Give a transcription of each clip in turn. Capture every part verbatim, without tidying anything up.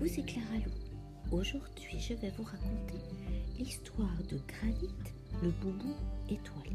Coucou, c'est Clara Lou. Aujourd'hui, je vais vous raconter l'histoire de Granit, le boubou étoilé.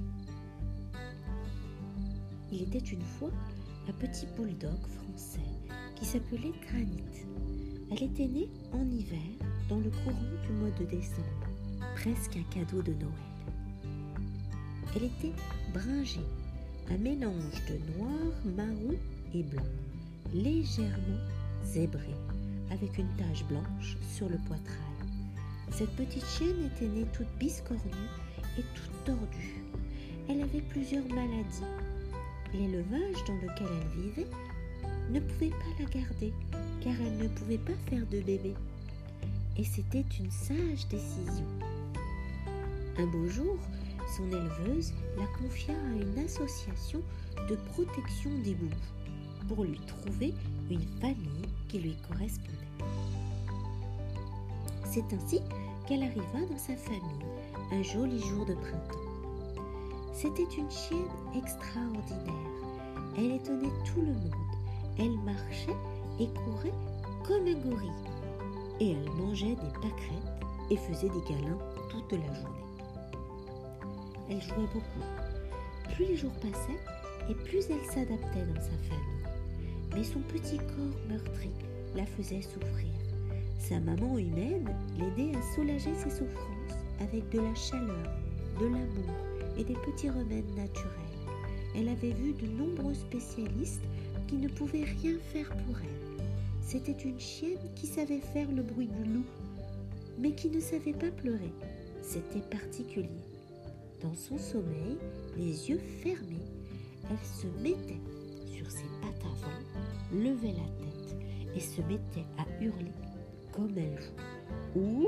Il était une fois un petit bulldog français qui s'appelait Granit. Elle était née en hiver dans le courant du mois de décembre, presque un cadeau de Noël. Elle était bringée, un mélange de noir, marron et blanc, légèrement zébrée, avec une tache blanche sur le poitrail. Cette petite chienne était née toute biscornue et toute tordue. Elle avait plusieurs maladies. L'élevage dans lequel elle vivait ne pouvait pas la garder, car elle ne pouvait pas faire de bébé. Et c'était une sage décision. Un beau jour, son éleveuse la confia à une association de protection des boubous pour lui trouver une famille qui lui correspondait. C'est ainsi qu'elle arriva dans sa famille un joli jour de printemps. C'était une chienne extraordinaire. Elle étonnait tout le monde. Elle marchait et courait comme un gorille. Et elle mangeait des pâquerettes et faisait des câlins toute la journée. Elle jouait beaucoup. Plus les jours passaient et plus elle s'adaptait dans sa famille. Mais son petit corps meurtri la faisait souffrir. Sa maman humaine l'aidait à soulager ses souffrances avec de la chaleur, de l'amour et des petits remèdes naturels. Elle avait vu de nombreux spécialistes qui ne pouvaient rien faire pour elle. C'était une chienne qui savait faire le bruit du loup, mais qui ne savait pas pleurer. C'était particulier. Dans son sommeil, les yeux fermés, elle se mettait sur ses pattes avant, levait la tête et se mettait à hurler comme elle joue. Ouh!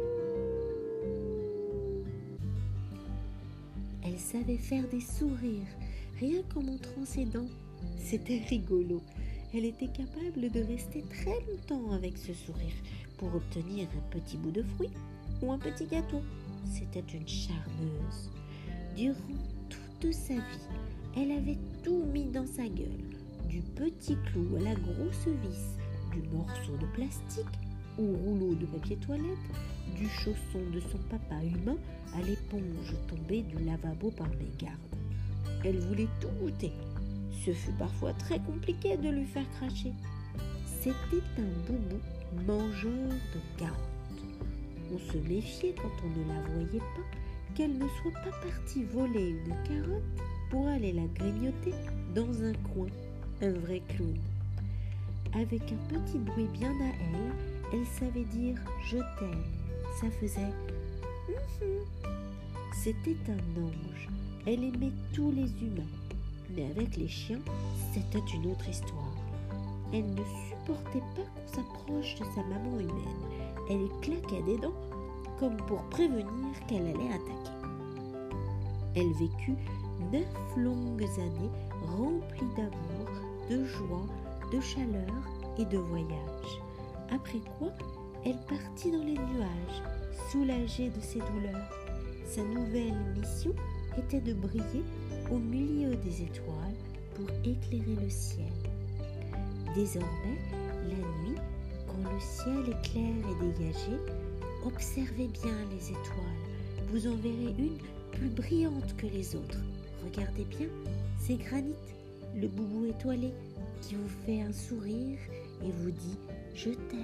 Elle savait faire des sourires, rien qu'en montrant ses dents. C'était rigolo. Elle était capable de rester très longtemps avec ce sourire pour obtenir un petit bout de fruit ou un petit gâteau. C'était une charmeuse. Durant toute sa vie, elle avait tout mis dans sa gueule, du petit clou à la grosse vis, du morceau de plastique au rouleau de papier toilette, du chausson de son papa humain à l'éponge tombée du lavabo par mégarde. Elle voulait tout goûter. Ce fut parfois très compliqué de lui faire cracher. C'était un boubou mangeur de carottes. On se méfiait quand on ne la voyait pas, qu'elle ne soit pas partie voler une carotte pour aller la grignoter dans un coin, un vrai clown. Avec un petit bruit bien à elle, elle savait dire « je t'aime ». Ça faisait « mm-hmm ». C'était un ange. Elle aimait tous les humains. Mais avec les chiens, c'était une autre histoire. Elle ne supportait pas qu'on s'approche de sa maman humaine. Elle claquait des dents comme pour prévenir qu'elle allait attaquer. Elle vécut neuf longues années remplies d'amour, de joie, de chaleur et de voyage. Après quoi, elle partit dans les nuages, soulagée de ses douleurs. Sa nouvelle mission était de briller au milieu des étoiles pour éclairer le ciel. Désormais, la nuit, quand le ciel est clair et dégagé, observez bien les étoiles. Vous en verrez une plus brillante que les autres. Regardez bien, c'est Granit, le boubou étoilé, qui vous fait un sourire et vous dit « je t'aime ».